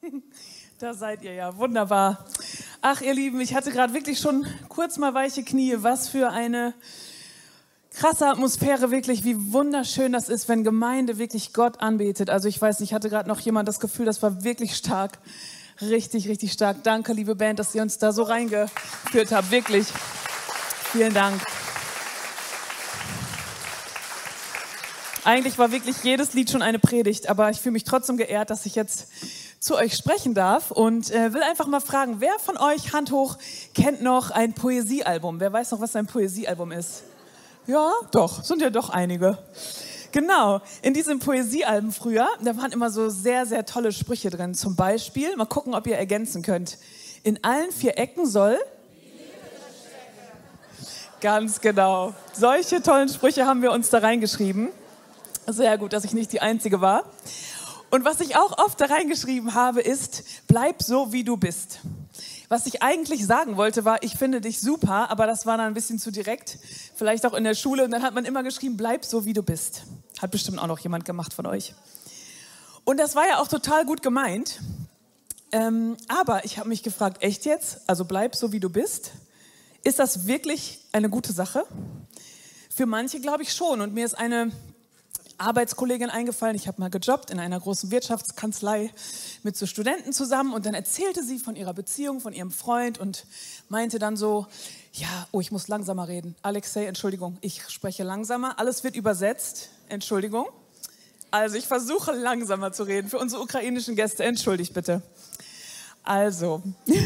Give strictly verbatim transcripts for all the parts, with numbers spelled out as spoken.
Da seid ihr ja, wunderbar. Ach, ihr Lieben, ich hatte gerade wirklich schon kurz mal weiche Knie. Was für eine krasse Atmosphäre, wirklich, wie wunderschön das ist, wenn Gemeinde wirklich Gott anbetet. Also ich weiß nicht, ich hatte gerade noch jemand das Gefühl, das war wirklich stark. Richtig, richtig stark. Danke, liebe Band, dass ihr uns da so reingeführt habt. Wirklich. Vielen Dank. Eigentlich war wirklich jedes Lied schon eine Predigt, aber ich fühle mich trotzdem geehrt, dass ich jetzt zu euch sprechen darf und äh, will einfach mal fragen, wer von euch, Hand hoch, kennt noch ein Poesiealbum? Wer weiß noch, was ein Poesiealbum ist? Ja, doch, sind ja doch einige. Genau, in diesem Poesiealbum früher, da waren immer so sehr, sehr tolle Sprüche drin. Zum Beispiel, mal gucken, ob ihr ergänzen könnt. In allen vier Ecken soll... Ganz genau. Solche tollen Sprüche haben wir uns da reingeschrieben. Sehr gut, dass ich nicht die Einzige war. Und was ich auch oft da reingeschrieben habe, ist, bleib so, wie du bist. Was ich eigentlich sagen wollte, war, ich finde dich super, aber das war dann ein bisschen zu direkt. Vielleicht auch in der Schule. Und dann hat man immer geschrieben, bleib so, wie du bist. Hat bestimmt auch noch jemand gemacht von euch. Und das war ja auch total gut gemeint. Ähm, aber ich habe mich gefragt, echt jetzt? Also bleib so, wie du bist? Ist das wirklich eine gute Sache? Für manche glaube ich schon. Und mir ist eine Arbeitskollegin eingefallen, ich habe mal gejobbt in einer großen Wirtschaftskanzlei mit so Studenten zusammen und dann erzählte sie von ihrer Beziehung, von ihrem Freund und meinte dann so, ja, oh, ich muss langsamer reden. Alexei, Entschuldigung, ich spreche langsamer. Alles wird übersetzt. Entschuldigung. Also ich versuche langsamer zu reden für unsere ukrainischen Gäste. Entschuldigt bitte. Also,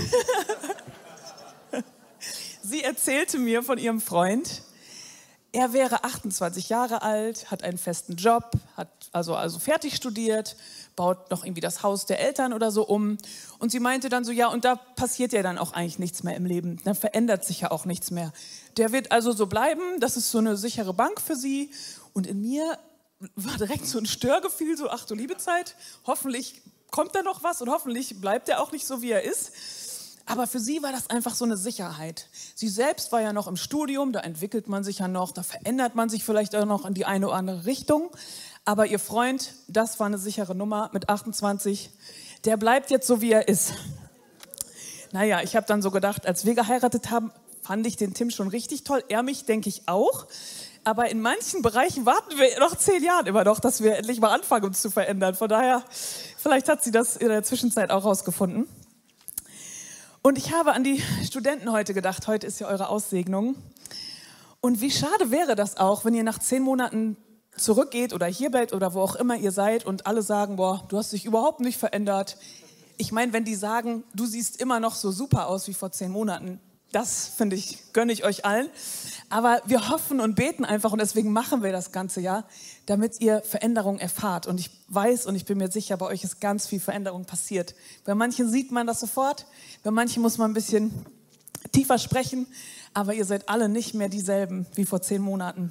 sie erzählte mir von ihrem Freund. Er wäre achtundzwanzig Jahre alt, hat einen festen Job, hat also, also fertig studiert, baut noch irgendwie das Haus der Eltern oder so um. Und sie meinte dann so, ja, und da passiert ja dann auch eigentlich nichts mehr im Leben. Dann verändert sich ja auch nichts mehr. Der wird also so bleiben, das ist so eine sichere Bank für sie. Und in mir war direkt so ein Störgefühl, so ach du liebe Zeit, hoffentlich kommt da noch was und hoffentlich bleibt er auch nicht so, wie er ist. Aber für sie war das einfach so eine Sicherheit. Sie selbst war ja noch im Studium, da entwickelt man sich ja noch, da verändert man sich vielleicht auch noch in die eine oder andere Richtung. Aber ihr Freund, das war eine sichere Nummer mit achtundzwanzig, der bleibt jetzt so, wie er ist. Naja, ich habe dann so gedacht, als wir geheiratet haben, fand ich den Tim schon richtig toll. Er mich, denke ich, auch. Aber in manchen Bereichen warten wir noch zehn Jahre immer noch, dass wir endlich mal anfangen, uns zu verändern. Von daher, vielleicht hat sie das in der Zwischenzeit auch rausgefunden. Und ich habe an die Studenten heute gedacht, heute ist ja eure Aussegnung. Und wie schade wäre das auch, wenn ihr nach zehn Monaten zurückgeht oder hier bleibt oder wo auch immer ihr seid und alle sagen, boah, du hast dich überhaupt nicht verändert. Ich meine, wenn die sagen, du siehst immer noch so super aus wie vor zehn Monaten, das finde ich, gönne ich euch allen. Aber wir hoffen und beten einfach und deswegen machen wir das ganze Jahr, damit ihr Veränderung erfahrt. Und ich weiß und ich bin mir sicher, bei euch ist ganz viel Veränderung passiert. Bei manchen sieht man das sofort, bei manchen muss man ein bisschen tiefer sprechen, aber ihr seid alle nicht mehr dieselben wie vor zehn Monaten.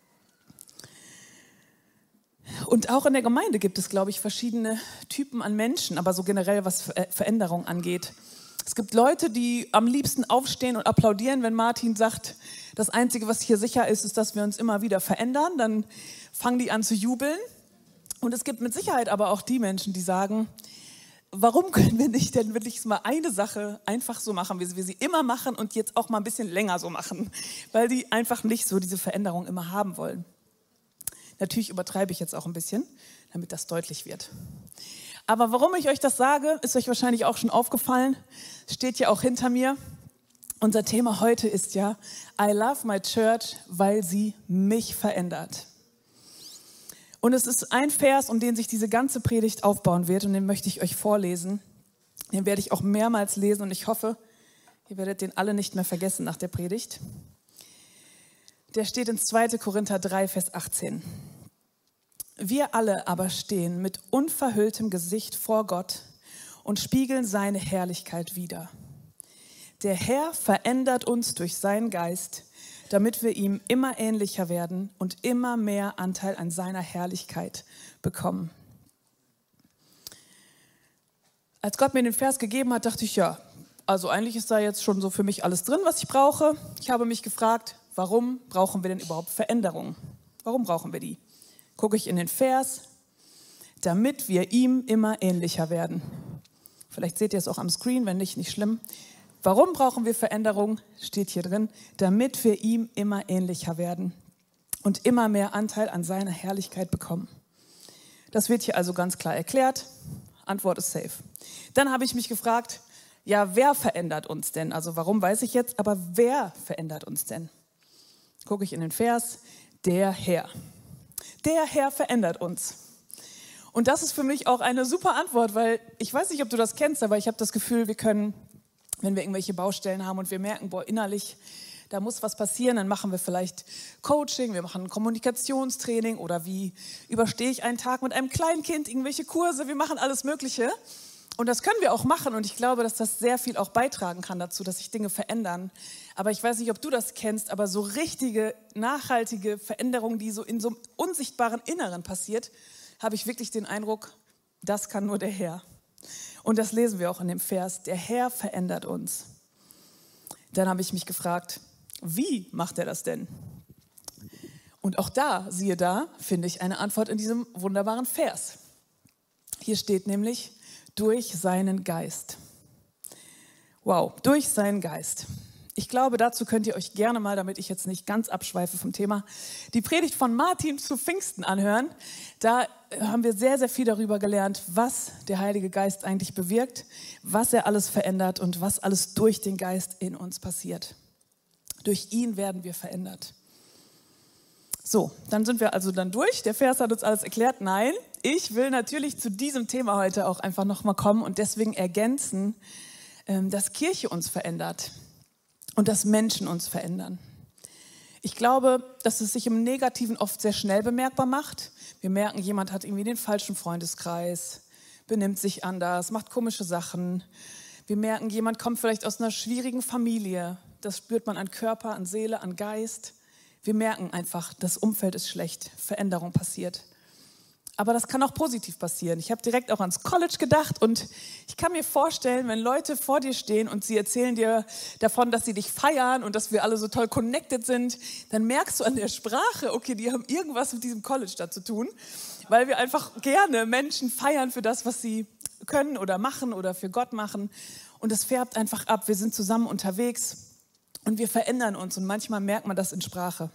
Und auch in der Gemeinde gibt es, glaube ich, verschiedene Typen an Menschen, aber so generell, was Veränderung angeht. Es gibt Leute, die am liebsten aufstehen und applaudieren, wenn Martin sagt, das Einzige, was hier sicher ist, ist, dass wir uns immer wieder verändern. Dann fangen die an zu jubeln. Und es gibt mit Sicherheit aber auch die Menschen, die sagen, warum können wir nicht denn wirklich mal eine Sache einfach so machen, wie wir sie immer machen und jetzt auch mal ein bisschen länger so machen, weil die einfach nicht so diese Veränderung immer haben wollen. Natürlich übertreibe ich jetzt auch ein bisschen, damit das deutlich wird. Aber warum ich euch das sage, ist euch wahrscheinlich auch schon aufgefallen, steht ja auch hinter mir. Unser Thema heute ist ja, I love my church, weil sie mich verändert. Und es ist ein Vers, um den sich diese ganze Predigt aufbauen wird und den möchte ich euch vorlesen. Den werde ich auch mehrmals lesen und ich hoffe, ihr werdet den alle nicht mehr vergessen nach der Predigt. Der steht in zweiter Korinther drei, Vers achtzehn. Wir alle aber stehen mit unverhülltem Gesicht vor Gott und spiegeln seine Herrlichkeit wider. Der Herr verändert uns durch seinen Geist, damit wir ihm immer ähnlicher werden und immer mehr Anteil an seiner Herrlichkeit bekommen. Als Gott mir den Vers gegeben hat, dachte ich, ja, also eigentlich ist da jetzt schon so für mich alles drin, was ich brauche. Ich habe mich gefragt, warum brauchen wir denn überhaupt Veränderungen? Warum brauchen wir die? Gucke ich in den Vers, damit wir ihm immer ähnlicher werden. Vielleicht seht ihr es auch am Screen, wenn nicht, nicht schlimm. Warum brauchen wir Veränderung? Steht hier drin, damit wir ihm immer ähnlicher werden und immer mehr Anteil an seiner Herrlichkeit bekommen. Das wird hier also ganz klar erklärt. Antwort ist safe. Dann habe ich mich gefragt, ja, wer verändert uns denn? Also warum weiß ich jetzt, aber wer verändert uns denn? Gucke ich in den Vers, der Herr. Der Herr verändert uns. Und das ist für mich auch eine super Antwort, weil ich weiß nicht, ob du das kennst, aber ich habe das Gefühl, wir können, wenn wir irgendwelche Baustellen haben und wir merken, boah, innerlich, da muss was passieren, dann machen wir vielleicht Coaching, wir machen ein Kommunikationstraining oder wie überstehe ich einen Tag mit einem Kleinkind, irgendwelche Kurse, wir machen alles Mögliche. Und das können wir auch machen und ich glaube, dass das sehr viel auch beitragen kann dazu, dass sich Dinge verändern. Aber ich weiß nicht, ob du das kennst, aber so richtige, nachhaltige Veränderung, die so in so einem unsichtbaren Inneren passiert, habe ich wirklich den Eindruck, das kann nur der Herr. Und das lesen wir auch in dem Vers, der Herr verändert uns. Dann habe ich mich gefragt, wie macht er das denn? Und auch da, siehe da, finde ich eine Antwort in diesem wunderbaren Vers. Hier steht nämlich, durch seinen Geist. Wow, durch seinen Geist. Ich glaube, dazu könnt ihr euch gerne mal, damit ich jetzt nicht ganz abschweife vom Thema, die Predigt von Martin zu Pfingsten anhören. Da haben wir sehr, sehr viel darüber gelernt, was der Heilige Geist eigentlich bewirkt, was er alles verändert und was alles durch den Geist in uns passiert. Durch ihn werden wir verändert. So, dann sind wir also dann durch. Der Vers hat uns alles erklärt. Nein, ich will natürlich zu diesem Thema heute auch einfach nochmal kommen und deswegen ergänzen, dass Kirche uns verändert und dass Menschen uns verändern. Ich glaube, dass es sich im Negativen oft sehr schnell bemerkbar macht. Wir merken, jemand hat irgendwie den falschen Freundeskreis, benimmt sich anders, macht komische Sachen. Wir merken, jemand kommt vielleicht aus einer schwierigen Familie. Das spürt man an Körper, an Seele, an Geist. Wir merken einfach, das Umfeld ist schlecht, Veränderung passiert. Aber das kann auch positiv passieren. Ich habe direkt auch ans College gedacht und ich kann mir vorstellen, wenn Leute vor dir stehen und sie erzählen dir davon, dass sie dich feiern und dass wir alle so toll connected sind, dann merkst du an der Sprache, okay, die haben irgendwas mit diesem College da zu tun, weil wir einfach gerne Menschen feiern für das, was sie können oder machen oder für Gott machen. Und es färbt einfach ab. Wir sind zusammen unterwegs. Und wir verändern uns und manchmal merkt man das in Sprache.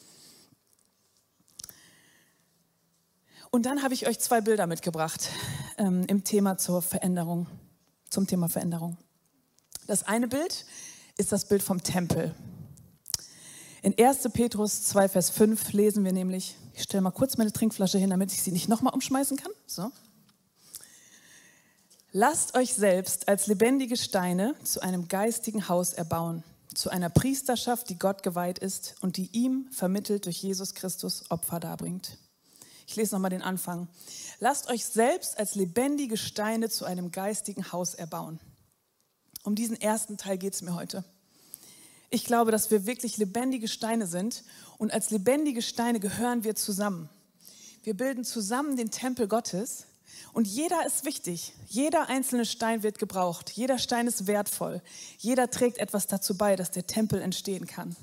Und dann habe ich euch zwei Bilder mitgebracht ähm, im Thema zur Veränderung, zum Thema Veränderung. Das eine Bild ist das Bild vom Tempel. In erster Petrus zwei, Vers fünf lesen wir nämlich, ich stelle mal kurz meine Trinkflasche hin, damit ich sie nicht nochmal umschmeißen kann. So. Lasst euch selbst als lebendige Steine zu einem geistigen Haus erbauen, zu einer Priesterschaft, die Gott geweiht ist und die ihm vermittelt durch Jesus Christus Opfer darbringt. Ich lese nochmal den Anfang. Lasst euch selbst als lebendige Steine zu einem geistigen Haus erbauen. Um diesen ersten Teil geht es mir heute. Ich glaube, dass wir wirklich lebendige Steine sind und als lebendige Steine gehören wir zusammen. Wir bilden zusammen den Tempel Gottes. Und jeder ist wichtig. Jeder einzelne Stein wird gebraucht. Jeder Stein ist wertvoll. Jeder trägt etwas dazu bei, dass der Tempel entstehen kann.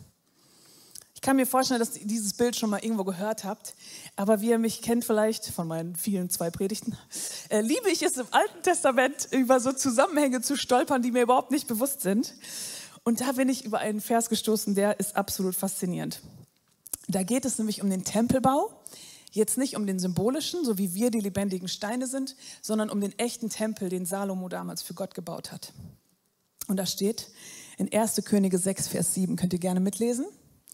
Ich kann mir vorstellen, dass ihr dieses Bild schon mal irgendwo gehört habt. Aber wie ihr mich kennt vielleicht von meinen vielen zwei Predigten, äh, liebe ich es im Alten Testament über so Zusammenhänge zu stolpern, die mir überhaupt nicht bewusst sind. Und da bin ich über einen Vers gestoßen, der ist absolut faszinierend. Da geht es nämlich um den Tempelbau. Jetzt nicht um den symbolischen, so wie wir die lebendigen Steine sind, sondern um den echten Tempel, den Salomo damals für Gott gebaut hat. Und da steht in erster Könige sechs, Vers sieben, könnt ihr gerne mitlesen.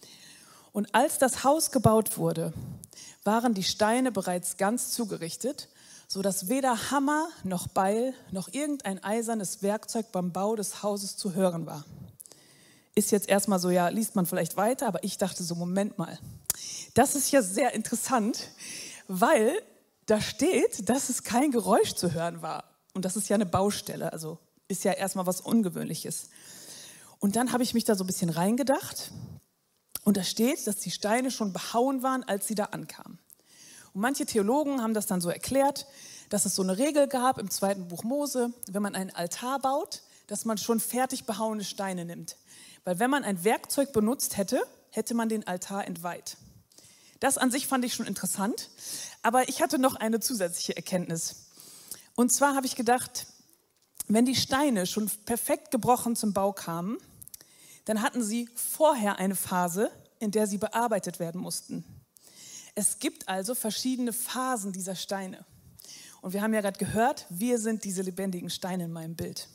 Und als das Haus gebaut wurde, waren die Steine bereits ganz zugerichtet, sodass weder Hammer noch Beil noch irgendein eisernes Werkzeug beim Bau des Hauses zu hören war. Ist jetzt erstmal so, ja, liest man vielleicht weiter, aber ich dachte so, Moment mal. Das ist ja sehr interessant, weil da steht, dass es kein Geräusch zu hören war. Und das ist ja eine Baustelle, also ist ja erstmal was Ungewöhnliches. Und dann habe ich mich da so ein bisschen reingedacht und da steht, dass die Steine schon behauen waren, als sie da ankamen. Und manche Theologen haben das dann so erklärt, dass es so eine Regel gab im zweiten Buch Mose, wenn man einen Altar baut, dass man schon fertig behauene Steine nimmt. Weil wenn man ein Werkzeug benutzt hätte, hätte man den Altar entweiht. Das an sich fand ich schon interessant, aber ich hatte noch eine zusätzliche Erkenntnis. Und zwar habe ich gedacht, wenn die Steine schon perfekt gebrochen zum Bau kamen, dann hatten sie vorher eine Phase, in der sie bearbeitet werden mussten. Es gibt also verschiedene Phasen dieser Steine. Und wir haben ja gerade gehört, wir sind diese lebendigen Steine in meinem Bild.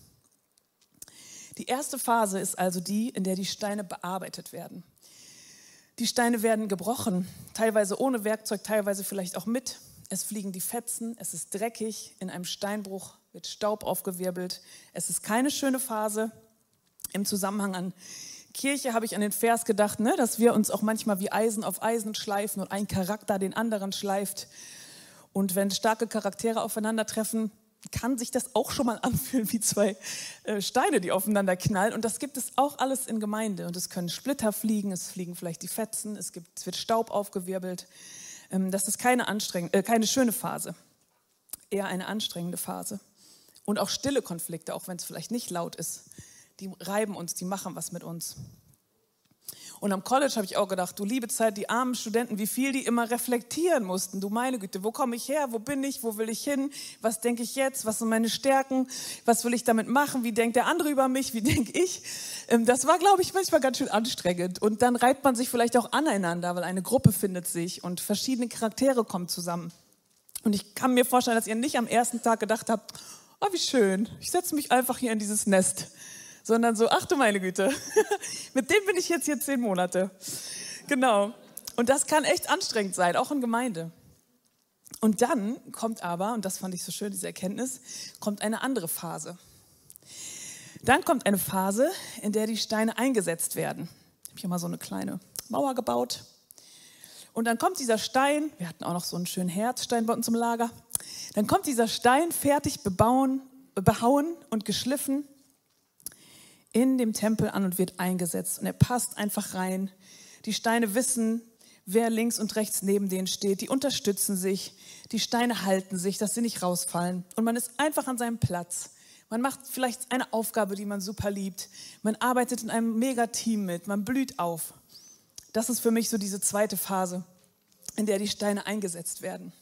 Die erste Phase ist also die, in der die Steine bearbeitet werden. Die Steine werden gebrochen, teilweise ohne Werkzeug, teilweise vielleicht auch mit. Es fliegen die Fetzen, es ist dreckig, in einem Steinbruch wird Staub aufgewirbelt. Es ist keine schöne Phase. Im Zusammenhang an Kirche habe ich an den Vers gedacht, ne, dass wir uns auch manchmal wie Eisen auf Eisen schleifen und ein Charakter den anderen schleift. Und wenn starke Charaktere aufeinandertreffen, kann sich das auch schon mal anfühlen wie zwei äh, Steine, die aufeinander knallen. Und das gibt es auch alles in Gemeinde. Und es können Splitter fliegen, es fliegen vielleicht die Fetzen, es, gibt, es wird Staub aufgewirbelt. Ähm, das ist keine, anstrengend, äh, keine schöne Phase, eher eine anstrengende Phase. Und auch stille Konflikte, auch wenn es vielleicht nicht laut ist, die reiben uns, die machen was mit uns. Und am College habe ich auch gedacht, du liebe Zeit, die armen Studenten, wie viel die immer reflektieren mussten. Du meine Güte, wo komme ich her, wo bin ich, wo will ich hin, was denke ich jetzt, was sind meine Stärken, was will ich damit machen, wie denkt der andere über mich, wie denke ich. Das war, glaube ich, manchmal ganz schön anstrengend. Und dann reibt man sich vielleicht auch aneinander, weil eine Gruppe findet sich und verschiedene Charaktere kommen zusammen. Und ich kann mir vorstellen, dass ihr nicht am ersten Tag gedacht habt, oh wie schön, ich setze mich einfach hier in dieses Nest. Sondern so, ach du meine Güte, mit dem bin ich jetzt hier zehn Monate. Genau. Und das kann echt anstrengend sein, auch in Gemeinde. Und dann kommt aber, und das fand ich so schön, diese Erkenntnis, kommt eine andere Phase. Dann kommt eine Phase, in der die Steine eingesetzt werden. Ich habe hier mal so eine kleine Mauer gebaut. Und dann kommt dieser Stein, wir hatten auch noch so einen schönen Herzstein bei uns im Lager, dann kommt dieser Stein fertig bebauen, behauen und geschliffen in dem Tempel an und wird eingesetzt. Und er passt einfach rein. Die Steine wissen, wer links und rechts neben denen steht. Die unterstützen sich. Die Steine halten sich, dass sie nicht rausfallen. Und man ist einfach an seinem Platz. Man macht vielleicht eine Aufgabe, die man super liebt. Man arbeitet in einem Mega-Team mit. Man blüht auf. Das ist für mich so diese zweite Phase, in der die Steine eingesetzt werden.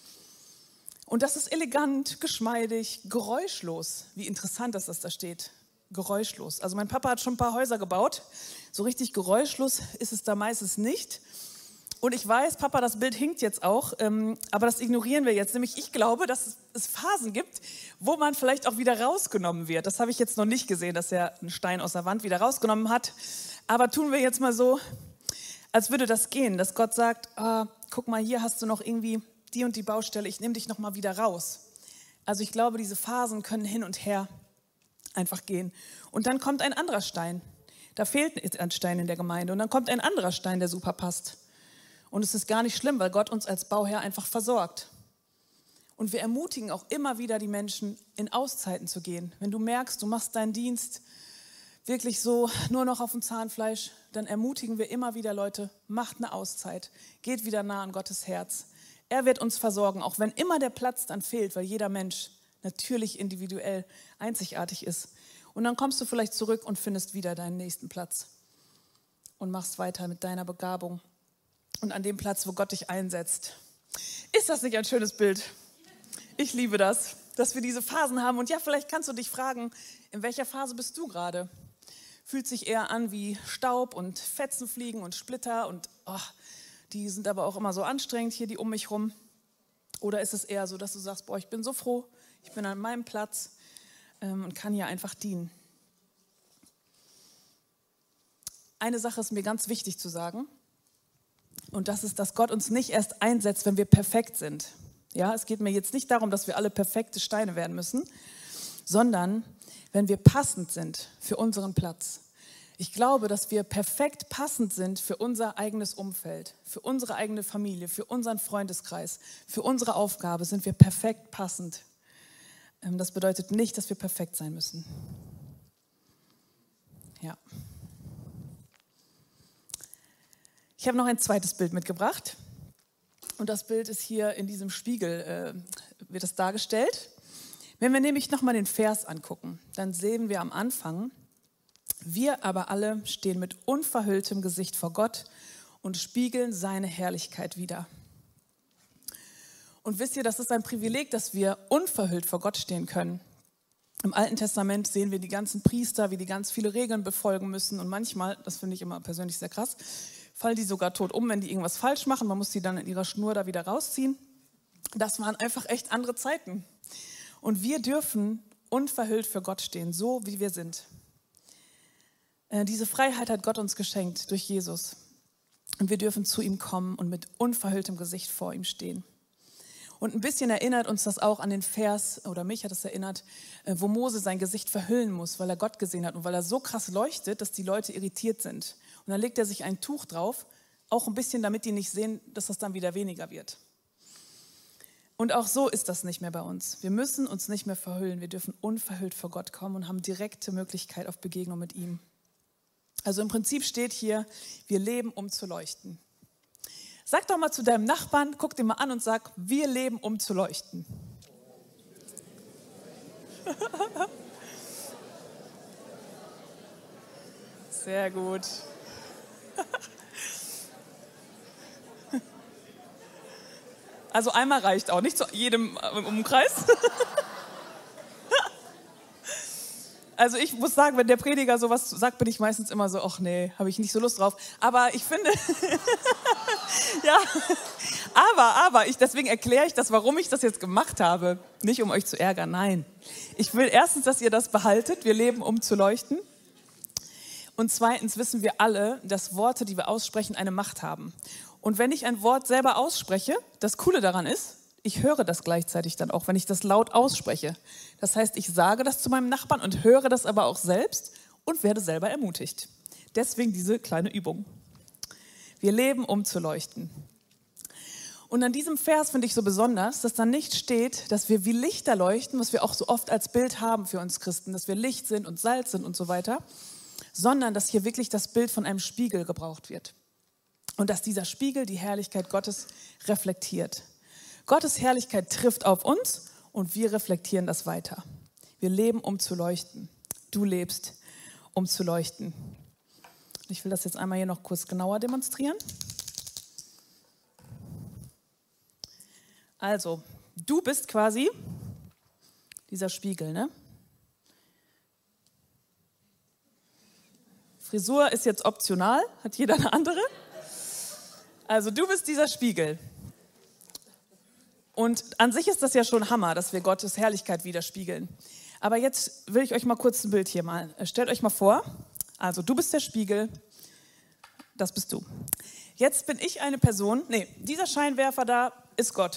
Und das ist elegant, geschmeidig, geräuschlos. Wie interessant, dass das da steht. Geräuschlos. Also mein Papa hat schon ein paar Häuser gebaut. So richtig geräuschlos ist es da meistens nicht. Und ich weiß, Papa, das Bild hinkt jetzt auch, ähm, aber das ignorieren wir jetzt. Nämlich ich glaube, dass es Phasen gibt, wo man vielleicht auch wieder rausgenommen wird. Das habe ich jetzt noch nicht gesehen, dass er einen Stein aus der Wand wieder rausgenommen hat. Aber tun wir jetzt mal so, als würde das gehen, dass Gott sagt, ah, guck mal, hier hast du noch irgendwie die und die Baustelle, ich nehme dich noch mal wieder raus. Also ich glaube, diese Phasen können hin und her einfach gehen. Und dann kommt ein anderer Stein. Da fehlt ein Stein in der Gemeinde. Und dann kommt ein anderer Stein, der super passt. Und es ist gar nicht schlimm, weil Gott uns als Bauherr einfach versorgt. Und wir ermutigen auch immer wieder die Menschen, in Auszeiten zu gehen. Wenn du merkst, du machst deinen Dienst wirklich so nur noch auf dem Zahnfleisch, dann ermutigen wir immer wieder Leute, macht eine Auszeit, geht wieder nah an Gottes Herz. Er wird uns versorgen, auch wenn immer der Platz dann fehlt, weil jeder Mensch natürlich individuell einzigartig ist. Und dann kommst du vielleicht zurück und findest wieder deinen nächsten Platz und machst weiter mit deiner Begabung und an dem Platz, wo Gott dich einsetzt. Ist das nicht ein schönes Bild? Ich liebe das, dass wir diese Phasen haben. Und ja, vielleicht kannst du dich fragen, in welcher Phase bist du gerade? Fühlt sich eher an wie Staub und Fetzen fliegen und Splitter und oh, die sind aber auch immer so anstrengend hier, die um mich rum. Oder ist es eher so, dass du sagst, boah, ich bin so froh, ich bin an meinem Platz ähm, und kann hier einfach dienen. Eine Sache ist mir ganz wichtig zu sagen. Und das ist, dass Gott uns nicht erst einsetzt, wenn wir perfekt sind. Ja, es geht mir jetzt nicht darum, dass wir alle perfekte Steine werden müssen, sondern wenn wir passend sind für unseren Platz. Ich glaube, dass wir perfekt passend sind für unser eigenes Umfeld, für unsere eigene Familie, für unseren Freundeskreis, für unsere Aufgabe sind wir perfekt passend. Das bedeutet nicht, dass wir perfekt sein müssen. Ja. Ich habe noch ein zweites Bild mitgebracht. Und das Bild ist hier in diesem Spiegel, äh, wird es dargestellt. Wenn wir nämlich nochmal den Vers angucken, dann sehen wir am Anfang, wir aber alle stehen mit unverhülltem Gesicht vor Gott und spiegeln seine Herrlichkeit wider. Und wisst ihr, das ist ein Privileg, dass wir unverhüllt vor Gott stehen können. Im Alten Testament sehen wir die ganzen Priester, wie die ganz viele Regeln befolgen müssen. Und manchmal, das finde ich immer persönlich sehr krass, fallen die sogar tot um, wenn die irgendwas falsch machen. Man muss die dann in ihrer Schnur da wieder rausziehen. Das waren einfach echt andere Zeiten. Und wir dürfen unverhüllt für Gott stehen, so wie wir sind. Äh, diese Freiheit hat Gott uns geschenkt durch Jesus. Und wir dürfen zu ihm kommen und mit unverhülltem Gesicht vor ihm stehen. Und ein bisschen erinnert uns das auch an den Vers, oder mich hat es erinnert, wo Mose sein Gesicht verhüllen muss, weil er Gott gesehen hat und weil er so krass leuchtet, dass die Leute irritiert sind. Und dann legt er sich ein Tuch drauf, auch ein bisschen, damit die nicht sehen, dass das dann wieder weniger wird. Und auch so ist das nicht mehr bei uns. Wir müssen uns nicht mehr verhüllen. Wir dürfen unverhüllt vor Gott kommen und haben direkte Möglichkeit auf Begegnung mit ihm. Also im Prinzip steht hier, wir leben, um zu leuchten. Sag doch mal zu deinem Nachbarn, guck den mal an und sag, wir leben, um zu leuchten. Sehr gut. Also einmal reicht auch, nicht zu jedem im Umkreis. Also ich muss sagen, wenn der Prediger sowas sagt, bin ich meistens immer so, ach nee, habe ich nicht so Lust drauf. Aber ich finde, ja, aber, aber, ich, deswegen erkläre ich das, warum ich das jetzt gemacht habe. Nicht um euch zu ärgern, nein. Ich will erstens, dass ihr das behaltet, wir leben, um zu leuchten. Und zweitens wissen wir alle, dass Worte, die wir aussprechen, eine Macht haben. Und wenn ich ein Wort selber ausspreche, das Coole daran ist, ich höre das gleichzeitig dann auch, wenn ich das laut ausspreche. Das heißt, ich sage das zu meinem Nachbarn und höre das aber auch selbst und werde selber ermutigt. Deswegen diese kleine Übung. Wir leben, um zu leuchten. Und an diesem Vers finde ich so besonders, dass da nicht steht, dass wir wie Lichter leuchten, was wir auch so oft als Bild haben für uns Christen, dass wir Licht sind und Salz sind und so weiter, sondern dass hier wirklich das Bild von einem Spiegel gebraucht wird. Und dass dieser Spiegel die Herrlichkeit Gottes reflektiert. Gottes Herrlichkeit trifft auf uns und wir reflektieren das weiter. Wir leben, um zu leuchten. Du lebst, um zu leuchten. Ich will das jetzt einmal hier noch kurz genauer demonstrieren. Also, du bist quasi dieser Spiegel, ne? Frisur ist jetzt optional, hat jeder eine andere. Also, du bist dieser Spiegel. Und an sich ist das ja schon Hammer, dass wir Gottes Herrlichkeit widerspiegeln. Aber jetzt will ich euch mal kurz ein Bild hier malen. Stellt euch mal vor, also du bist der Spiegel, das bist du. Jetzt bin ich eine Person, nee, dieser Scheinwerfer da ist Gott.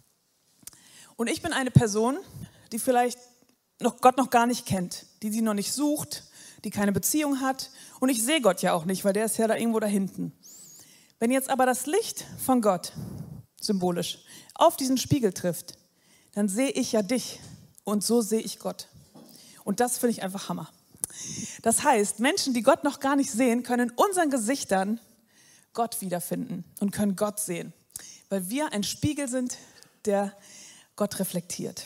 Und ich bin eine Person, die vielleicht noch Gott noch gar nicht kennt, die sie noch nicht sucht, die keine Beziehung hat. Und ich sehe Gott ja auch nicht, weil der ist ja da irgendwo da hinten. Wenn jetzt aber das Licht von Gott, symbolisch, auf diesen Spiegel trifft, dann sehe ich ja dich und so sehe ich Gott. Und das finde ich einfach Hammer. Das heißt, Menschen, die Gott noch gar nicht sehen, können in unseren Gesichtern Gott wiederfinden und können Gott sehen, weil wir ein Spiegel sind, der Gott reflektiert.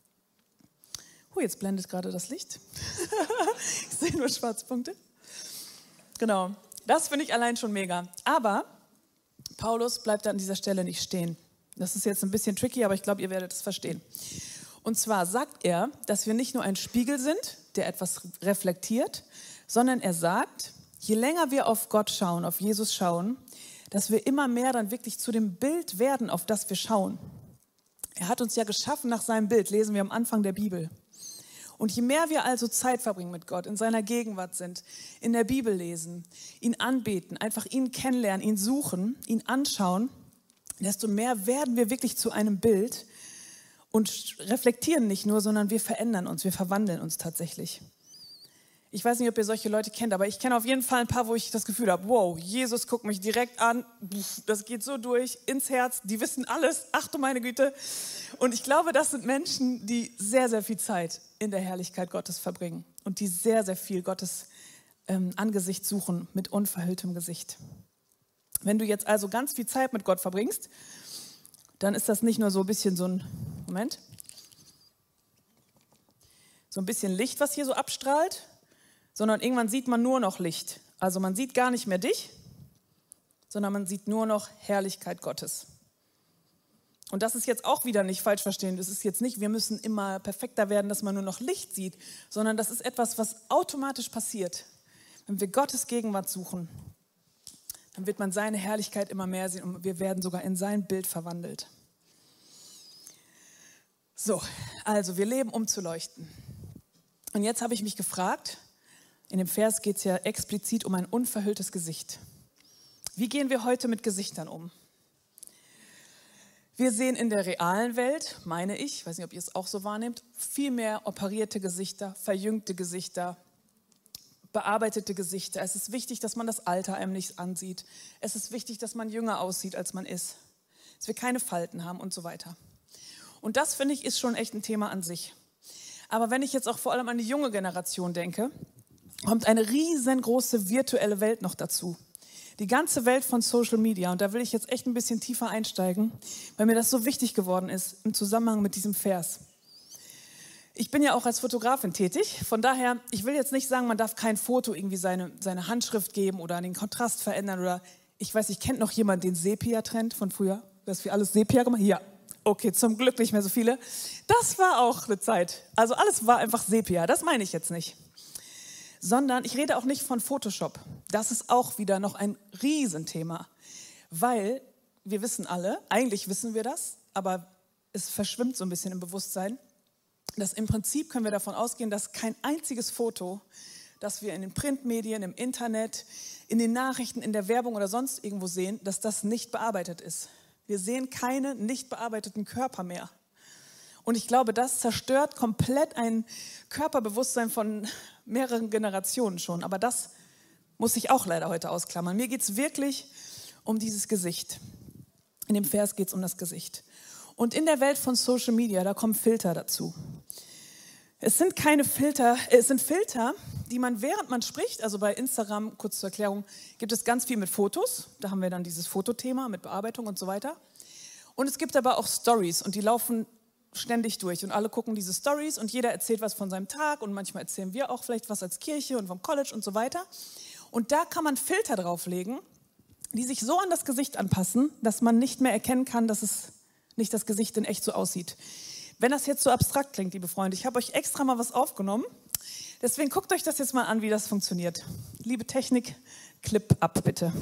Oh, jetzt blendet gerade das Licht. Ich sehe nur Schwarzpunkte. Genau, das finde ich allein schon mega. Aber Paulus bleibt an dieser Stelle nicht stehen. Das ist jetzt ein bisschen tricky, aber ich glaube, ihr werdet es verstehen. Und zwar sagt er, dass wir nicht nur ein Spiegel sind, der etwas reflektiert, sondern er sagt, je länger wir auf Gott schauen, auf Jesus schauen, dass wir immer mehr dann wirklich zu dem Bild werden, auf das wir schauen. Er hat uns ja geschaffen nach seinem Bild, lesen wir am Anfang der Bibel. Und je mehr wir also Zeit verbringen mit Gott, in seiner Gegenwart sind, in der Bibel lesen, ihn anbeten, einfach ihn kennenlernen, ihn suchen, ihn anschauen, desto mehr werden wir wirklich zu einem Bild und reflektieren nicht nur, sondern wir verändern uns, wir verwandeln uns tatsächlich. Ich weiß nicht, ob ihr solche Leute kennt, aber ich kenne auf jeden Fall ein paar, wo ich das Gefühl habe, wow, Jesus guckt mich direkt an, das geht so durch, ins Herz, die wissen alles, ach du meine Güte. Und ich glaube, das sind Menschen, die sehr, sehr viel Zeit in der Herrlichkeit Gottes verbringen und die sehr, sehr viel Gottes ähm, Angesicht suchen mit unverhülltem Gesicht. Wenn du jetzt also ganz viel Zeit mit Gott verbringst, dann ist das nicht nur so ein bisschen so ein, Moment, so ein bisschen Licht, was hier so abstrahlt, sondern irgendwann sieht man nur noch Licht. Also man sieht gar nicht mehr dich, sondern man sieht nur noch Herrlichkeit Gottes. Und das ist jetzt auch wieder nicht falsch verstehen. Das ist jetzt nicht, wir müssen immer perfekter werden, dass man nur noch Licht sieht, sondern das ist etwas, was automatisch passiert. Wenn wir Gottes Gegenwart suchen, dann wird man seine Herrlichkeit immer mehr sehen und wir werden sogar in sein Bild verwandelt. So, also wir leben, um zu leuchten. Und jetzt habe ich mich gefragt, in dem Vers geht es ja explizit um ein unverhülltes Gesicht. Wie gehen wir heute mit Gesichtern um? Wir sehen in der realen Welt, meine ich, ich weiß nicht, ob ihr es auch so wahrnehmt, viel mehr operierte Gesichter, verjüngte Gesichter, bearbeitete Gesichter. Es ist wichtig, dass man das Alter einem nicht ansieht. Es ist wichtig, dass man jünger aussieht, als man ist. Dass wir keine Falten haben und so weiter. Und das, finde ich, ist schon echt ein Thema an sich. Aber wenn ich jetzt auch vor allem an die junge Generation denke, kommt eine riesengroße virtuelle Welt noch dazu. Die ganze Welt von Social Media. Und da will ich jetzt echt ein bisschen tiefer einsteigen, weil mir das so wichtig geworden ist im Zusammenhang mit diesem Vers. Ich bin ja auch als Fotografin tätig. Von daher, ich will jetzt nicht sagen, man darf kein Foto irgendwie seine, seine Handschrift geben oder den Kontrast verändern. Oder ich weiß, ich kennt noch jemand den Sepia-Trend von früher, dass wir alles Sepia gemacht haben. Ja, okay, zum Glück nicht mehr so viele. Das war auch eine Zeit. Also alles war einfach Sepia. Das meine ich jetzt nicht. Sondern ich rede auch nicht von Photoshop. Das ist auch wieder noch ein Riesenthema, weil wir wissen alle, eigentlich wissen wir das, aber es verschwimmt so ein bisschen im Bewusstsein, dass im Prinzip können wir davon ausgehen, dass kein einziges Foto, das wir in den Printmedien, im Internet, in den Nachrichten, in der Werbung oder sonst irgendwo sehen, dass das nicht bearbeitet ist. Wir sehen keine nicht bearbeiteten Körper mehr. Und ich glaube, das zerstört komplett ein Körperbewusstsein von mehreren Generationen schon. Aber das muss ich auch leider heute ausklammern. Mir geht es wirklich um dieses Gesicht. In dem Vers geht es um das Gesicht. Und in der Welt von Social Media, da kommen Filter dazu. Es sind keine Filter, es sind Filter, die man, während man spricht, also bei Instagram, kurz zur Erklärung, gibt es ganz viel mit Fotos. Da haben wir dann dieses Fotothema mit Bearbeitung und so weiter. Und es gibt aber auch Stories und die laufen ständig durch und alle gucken diese Stories und jeder erzählt was von seinem Tag und manchmal erzählen wir auch vielleicht was als Kirche und vom College und so weiter. Und da kann man Filter drauflegen, die sich so an das Gesicht anpassen, dass man nicht mehr erkennen kann, dass es nicht das Gesicht in echt so aussieht. Wenn das jetzt so abstrakt klingt, liebe Freunde, ich habe euch extra mal was aufgenommen. Deswegen guckt euch das jetzt mal an, wie das funktioniert. Liebe Technik, Clip ab bitte.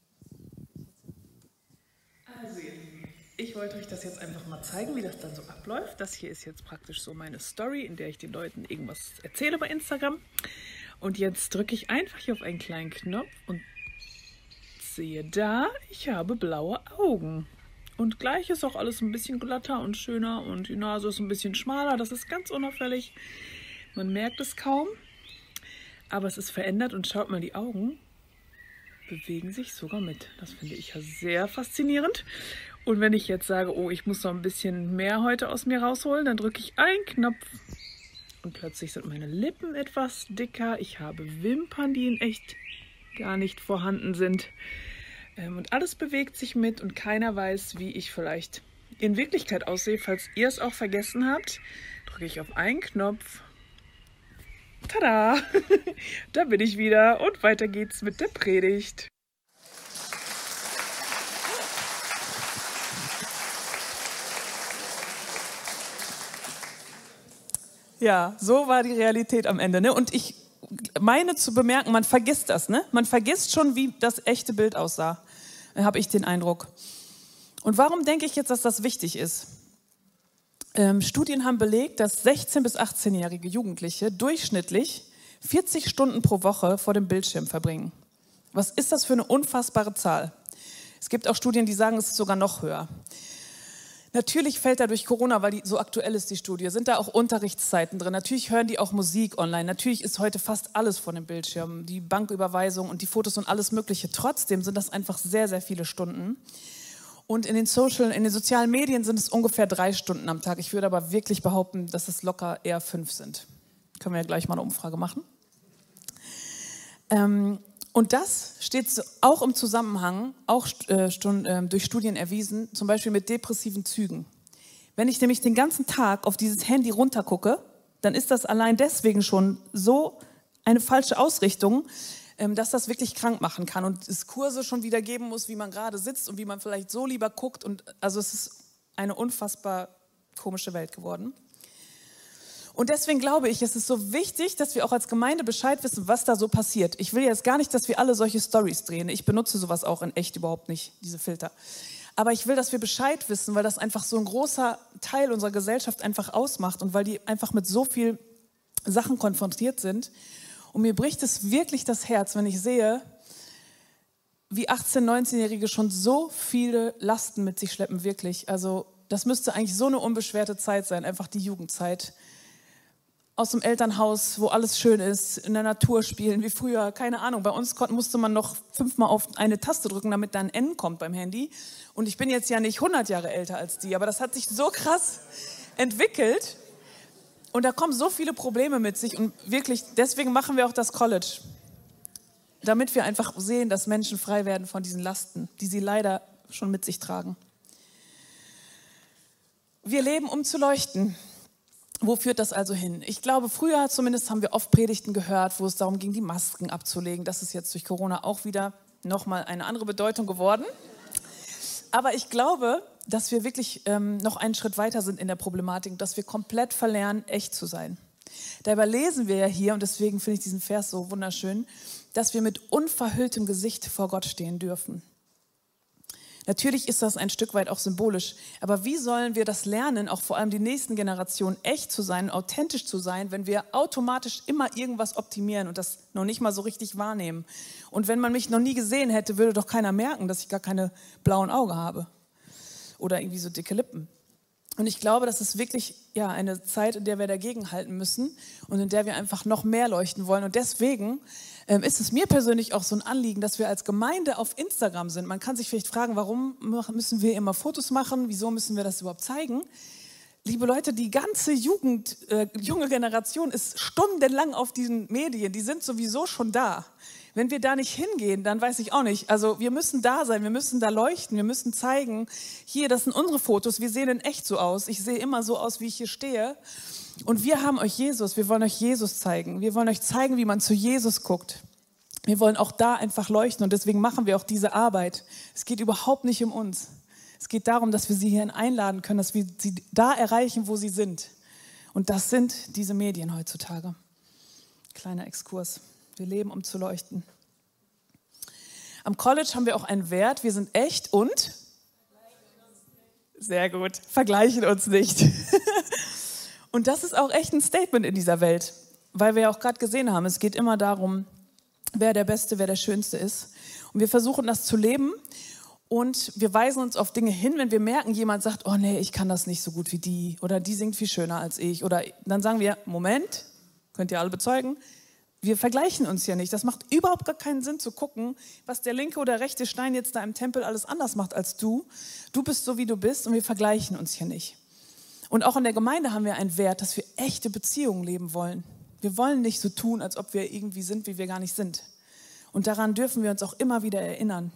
Also ich wollte euch das jetzt einfach mal zeigen, wie das dann so abläuft. Das hier ist jetzt praktisch so meine Story, in der ich den Leuten irgendwas erzähle bei Instagram. Und jetzt drücke ich einfach hier auf einen kleinen Knopf und sehe da, ich habe blaue Augen. Und gleich ist auch alles ein bisschen glatter und schöner und die Nase ist ein bisschen schmaler. Das ist ganz unauffällig. Man merkt es kaum, aber es ist verändert und schaut mal, die Augen bewegen sich sogar mit. Das finde ich ja sehr faszinierend. Und wenn ich jetzt sage, oh, ich muss noch ein bisschen mehr heute aus mir rausholen, dann drücke ich einen Knopf und plötzlich sind meine Lippen etwas dicker. Ich habe Wimpern, die in echt gar nicht vorhanden sind. Und alles bewegt sich mit und keiner weiß, wie ich vielleicht in Wirklichkeit aussehe. Falls ihr es auch vergessen habt, drücke ich auf einen Knopf. Tada! Da bin ich wieder und weiter geht's mit der Predigt. Ja, so war die Realität am Ende, ne? Und ich meine zu bemerken, man vergisst das, ne? Man vergisst schon, wie das echte Bild aussah, habe ich den Eindruck. Und warum denke ich jetzt, dass das wichtig ist? Ähm, Studien haben belegt, dass sechzehn- bis achtzehnjährige Jugendliche durchschnittlich vierzig Stunden pro Woche vor dem Bildschirm verbringen. Was ist das für eine unfassbare Zahl? Es gibt auch Studien, die sagen, es ist sogar noch höher. Natürlich fällt da durch Corona, weil die so aktuell ist, die Studie, sind da auch Unterrichtszeiten drin. Natürlich hören die auch Musik online. Natürlich ist heute fast alles vor dem Bildschirm. Die Banküberweisung und die Fotos und alles Mögliche. Trotzdem sind das einfach sehr, sehr viele Stunden. Und in den Social, in den sozialen Medien sind es ungefähr drei Stunden am Tag. Ich würde aber wirklich behaupten, dass es locker eher fünf sind. Können wir ja gleich mal eine Umfrage machen. Ähm, Und das steht auch im Zusammenhang, auch äh, durch Studien erwiesen, zum Beispiel mit depressiven Zügen. Wenn ich nämlich den ganzen Tag auf dieses Handy runtergucke, dann ist das allein deswegen schon so eine falsche Ausrichtung, ähm, dass das wirklich krank machen kann und es Kurse schon wieder geben muss, wie man gerade sitzt und wie man vielleicht so lieber guckt. Und also es ist eine unfassbar komische Welt geworden. Und deswegen glaube ich, es ist so wichtig, dass wir auch als Gemeinde Bescheid wissen, was da so passiert. Ich will jetzt gar nicht, dass wir alle solche Storys drehen. Ich benutze sowas auch in echt überhaupt nicht, diese Filter. Aber ich will, dass wir Bescheid wissen, weil das einfach so ein großer Teil unserer Gesellschaft einfach ausmacht und weil die einfach mit so viel Sachen konfrontiert sind. Und mir bricht es wirklich das Herz, wenn ich sehe, wie achtzehn-, neunzehnjährige schon so viele Lasten mit sich schleppen, wirklich. Also das müsste eigentlich so eine unbeschwerte Zeit sein, einfach die Jugendzeit. Aus dem Elternhaus, wo alles schön ist, in der Natur spielen, wie früher, keine Ahnung. Bei uns konnte, musste man noch fünfmal auf eine Taste drücken, damit da ein N kommt beim Handy. Und ich bin jetzt ja nicht hundert Jahre älter als die, aber das hat sich so krass entwickelt. Und da kommen so viele Probleme mit sich. Und wirklich, deswegen machen wir auch das College. Damit wir einfach sehen, dass Menschen frei werden von diesen Lasten, die sie leider schon mit sich tragen. Wir leben, um zu leuchten. Wo führt das also hin? Ich glaube, früher zumindest haben wir oft Predigten gehört, wo es darum ging, die Masken abzulegen. Das ist jetzt durch Corona auch wieder nochmal eine andere Bedeutung geworden. Aber ich glaube, dass wir wirklich ähm, noch einen Schritt weiter sind in der Problematik, dass wir komplett verlernen, echt zu sein. Dabei lesen wir ja hier, und deswegen finde ich diesen Vers so wunderschön, dass wir mit unverhülltem Gesicht vor Gott stehen dürfen. Natürlich ist das ein Stück weit auch symbolisch, aber wie sollen wir das lernen, auch vor allem die nächsten Generationen echt zu sein, authentisch zu sein, wenn wir automatisch immer irgendwas optimieren und das noch nicht mal so richtig wahrnehmen? Und wenn man mich noch nie gesehen hätte, würde doch keiner merken, dass ich gar keine blauen Augen habe oder irgendwie so dicke Lippen. Und ich glaube, das ist wirklich ja, eine Zeit, in der wir dagegenhalten müssen und in der wir einfach noch mehr leuchten wollen. Und deswegen ähm, ist es mir persönlich auch so ein Anliegen, dass wir als Gemeinde auf Instagram sind. Man kann sich vielleicht fragen, warum müssen wir immer Fotos machen? Wieso müssen wir das überhaupt zeigen? Liebe Leute, die ganze Jugend, äh, junge Generation ist stundenlang auf diesen Medien. Die sind sowieso schon da. Wenn wir da nicht hingehen, dann weiß ich auch nicht. Also wir müssen da sein, wir müssen da leuchten, wir müssen zeigen, hier, das sind unsere Fotos, wir sehen in echt so aus. Ich sehe immer so aus, wie ich hier stehe. Und wir haben euch Jesus, wir wollen euch Jesus zeigen. Wir wollen euch zeigen, wie man zu Jesus guckt. Wir wollen auch da einfach leuchten und deswegen machen wir auch diese Arbeit. Es geht überhaupt nicht um uns. Es geht darum, dass wir sie hierhin einladen können, dass wir sie da erreichen, wo sie sind. Und das sind diese Medien heutzutage. Kleiner Exkurs. Wir leben, um zu leuchten. Am College haben wir auch einen Wert. Wir sind echt und? Sehr gut. Vergleichen uns nicht. Und das ist auch echt ein Statement in dieser Welt. Weil wir ja auch gerade gesehen haben, es geht immer darum, wer der Beste, wer der Schönste ist. Und wir versuchen das zu leben. Und wir weisen uns auf Dinge hin, wenn wir merken, jemand sagt, oh nee, ich kann das nicht so gut wie die. Oder die singt viel schöner als ich. Oder dann sagen wir, Moment, könnt ihr alle bezeugen, wir vergleichen uns ja nicht. Das macht überhaupt gar keinen Sinn zu gucken, was der linke oder rechte Stein jetzt da im Tempel alles anders macht als du. Du bist so, wie du bist und wir vergleichen uns hier nicht. Und auch in der Gemeinde haben wir einen Wert, dass wir echte Beziehungen leben wollen. Wir wollen nicht so tun, als ob wir irgendwie sind, wie wir gar nicht sind. Und daran dürfen wir uns auch immer wieder erinnern.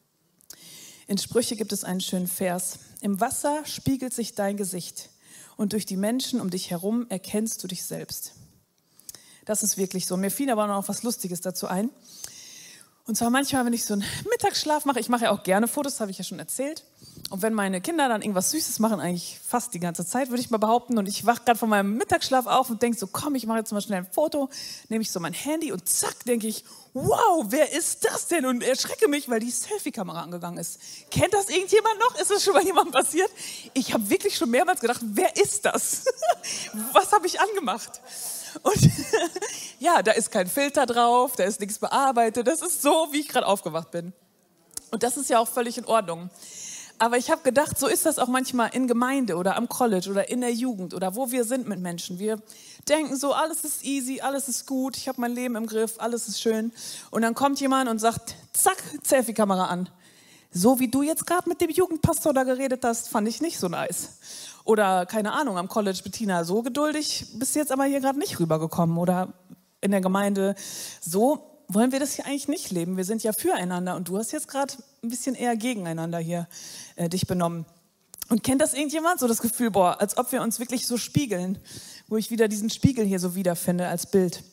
In Sprüche gibt es einen schönen Vers. Im Wasser spiegelt sich dein Gesicht und durch die Menschen um dich herum erkennst du dich selbst. Das ist wirklich so. Mir fiel aber noch was Lustiges dazu ein. Und zwar manchmal, wenn ich so einen Mittagsschlaf mache, ich mache ja auch gerne Fotos, habe ich ja schon erzählt. Und wenn meine Kinder dann irgendwas Süßes machen, eigentlich fast die ganze Zeit, würde ich mal behaupten, und ich wache gerade von meinem Mittagsschlaf auf und denke so, komm, ich mache jetzt mal schnell ein Foto, nehme ich so mein Handy und zack, denke ich, wow, wer ist das denn? Und erschrecke mich, weil die Selfie-Kamera angegangen ist. Kennt das irgendjemand noch? Ist das schon mal jemandem passiert? Ich habe wirklich schon mehrmals gedacht, wer ist das? Was habe ich angemacht? Und ja, da ist kein Filter drauf, da ist nichts bearbeitet. Das ist so, wie ich gerade aufgewacht bin. Und das ist ja auch völlig in Ordnung. Aber ich habe gedacht, so ist das auch manchmal in Gemeinde oder am College oder in der Jugend oder wo wir sind mit Menschen. Wir denken so, alles ist easy, alles ist gut, ich habe mein Leben im Griff, alles ist schön. Und dann kommt jemand und sagt, zack, Selfie-Kamera an. So wie du jetzt gerade mit dem Jugendpastor da geredet hast, fand ich nicht so nice. Oder, keine Ahnung, am College, Bettina, so geduldig bist du jetzt aber hier gerade nicht rübergekommen. Oder in der Gemeinde, so wollen wir das hier eigentlich nicht leben. Wir sind ja füreinander und du hast jetzt gerade ein bisschen eher gegeneinander hier äh, dich benommen. Und kennt das irgendjemand? So das Gefühl, boah, als ob wir uns wirklich so spiegeln, wo ich wieder diesen Spiegel hier so wiederfinde als Bild.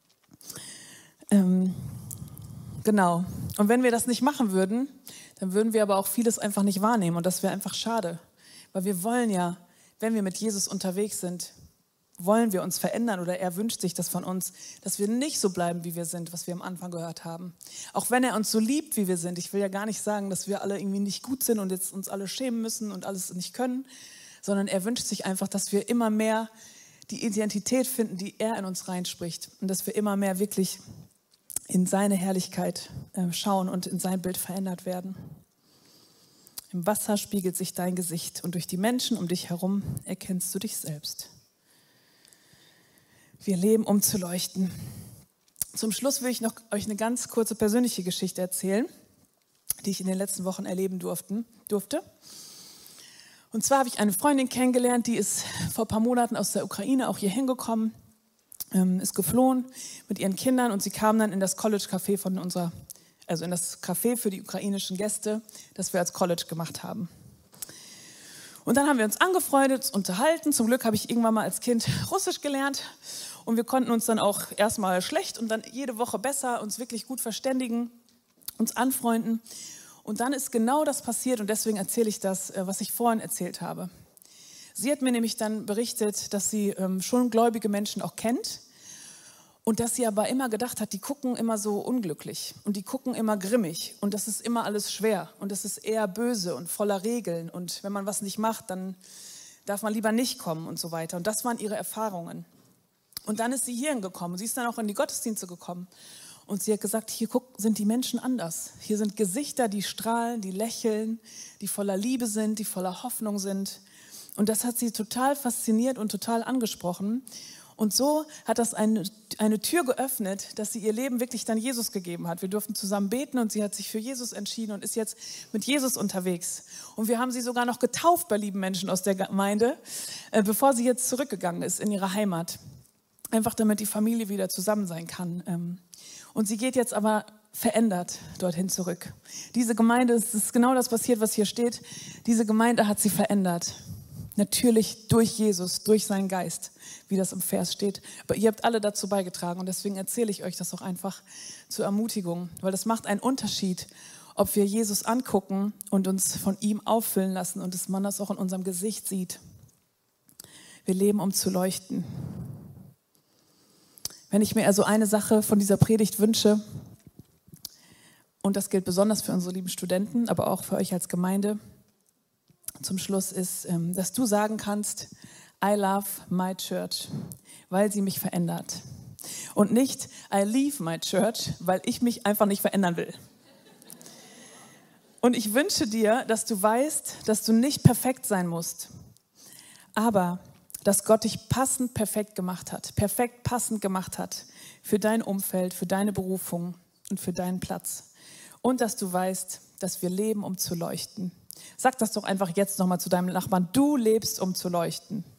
Ähm, genau. Und wenn wir das nicht machen würden, dann würden wir aber auch vieles einfach nicht wahrnehmen und das wäre einfach schade. Weil wir wollen ja, wenn wir mit Jesus unterwegs sind, wollen wir uns verändern oder er wünscht sich das von uns, dass wir nicht so bleiben, wie wir sind, was wir am Anfang gehört haben. Auch wenn er uns so liebt, wie wir sind. Ich will ja gar nicht sagen, dass wir alle irgendwie nicht gut sind und jetzt uns alle schämen müssen und alles nicht können, sondern er wünscht sich einfach, dass wir immer mehr die Identität finden, die er in uns reinspricht und dass wir immer mehr wirklich in seine Herrlichkeit äh, schauen und in sein Bild verändert werden. Im Wasser spiegelt sich dein Gesicht und durch die Menschen um dich herum erkennst du dich selbst. Wir leben, um zu leuchten. Zum Schluss will ich noch euch eine ganz kurze persönliche Geschichte erzählen, die ich in den letzten Wochen erleben durften, durfte. Und zwar habe ich eine Freundin kennengelernt, die ist vor ein paar Monaten aus der Ukraine auch hier hingekommen, ähm, ist geflohen mit ihren Kindern und sie kam dann in das College-Café von unserer, also in das Café für die ukrainischen Gäste, das wir als College gemacht haben. Und dann haben wir uns angefreundet, uns unterhalten. Zum Glück habe ich irgendwann mal als Kind Russisch gelernt und wir konnten uns dann auch erstmal schlecht und dann jede Woche besser uns wirklich gut verständigen, uns anfreunden. Und dann ist genau das passiert und deswegen erzähle ich das, was ich vorhin erzählt habe. Sie hat mir nämlich dann berichtet, dass sie ähm, schon gläubige Menschen auch kennt und dass sie aber immer gedacht hat, die gucken immer so unglücklich und die gucken immer grimmig und das ist immer alles schwer und das ist eher böse und voller Regeln und wenn man was nicht macht, dann darf man lieber nicht kommen und so weiter. Und das waren ihre Erfahrungen. Und dann ist sie hierhin gekommen, sie ist dann auch in die Gottesdienste gekommen. Und sie hat gesagt, hier guck, sind die Menschen anders. Hier sind Gesichter, die strahlen, die lächeln, die voller Liebe sind, die voller Hoffnung sind. Und das hat sie total fasziniert und total angesprochen. Und so hat das eine, eine Tür geöffnet, dass sie ihr Leben wirklich dann Jesus gegeben hat. Wir durften zusammen beten und sie hat sich für Jesus entschieden und ist jetzt mit Jesus unterwegs. Und wir haben sie sogar noch getauft bei lieben Menschen aus der Gemeinde, äh, bevor sie jetzt zurückgegangen ist in ihre Heimat. Einfach damit die Familie wieder zusammen sein kann. Ähm, Und sie geht jetzt aber verändert dorthin zurück. Diese Gemeinde, es ist genau das passiert, was hier steht. Diese Gemeinde hat sie verändert. Natürlich durch Jesus, durch seinen Geist, wie das im Vers steht. Aber ihr habt alle dazu beigetragen und deswegen erzähle ich euch das auch einfach zur Ermutigung. Weil das macht einen Unterschied, ob wir Jesus angucken und uns von ihm auffüllen lassen und dass man das auch in unserem Gesicht sieht. Wir leben, um zu leuchten. Wenn ich mir also eine Sache von dieser Predigt wünsche, und das gilt besonders für unsere lieben Studenten, aber auch für euch als Gemeinde, zum Schluss ist, dass du sagen kannst, I love my church, weil sie mich verändert. Und nicht, I leave my church, weil ich mich einfach nicht verändern will. Und ich wünsche dir, dass du weißt, dass du nicht perfekt sein musst, aber dass Gott dich passend perfekt gemacht hat, perfekt passend gemacht hat für dein Umfeld, für deine Berufung und für deinen Platz. Und dass du weißt, dass wir leben, um zu leuchten. Sag das doch einfach jetzt nochmal zu deinem Nachbarn, du lebst, um zu leuchten.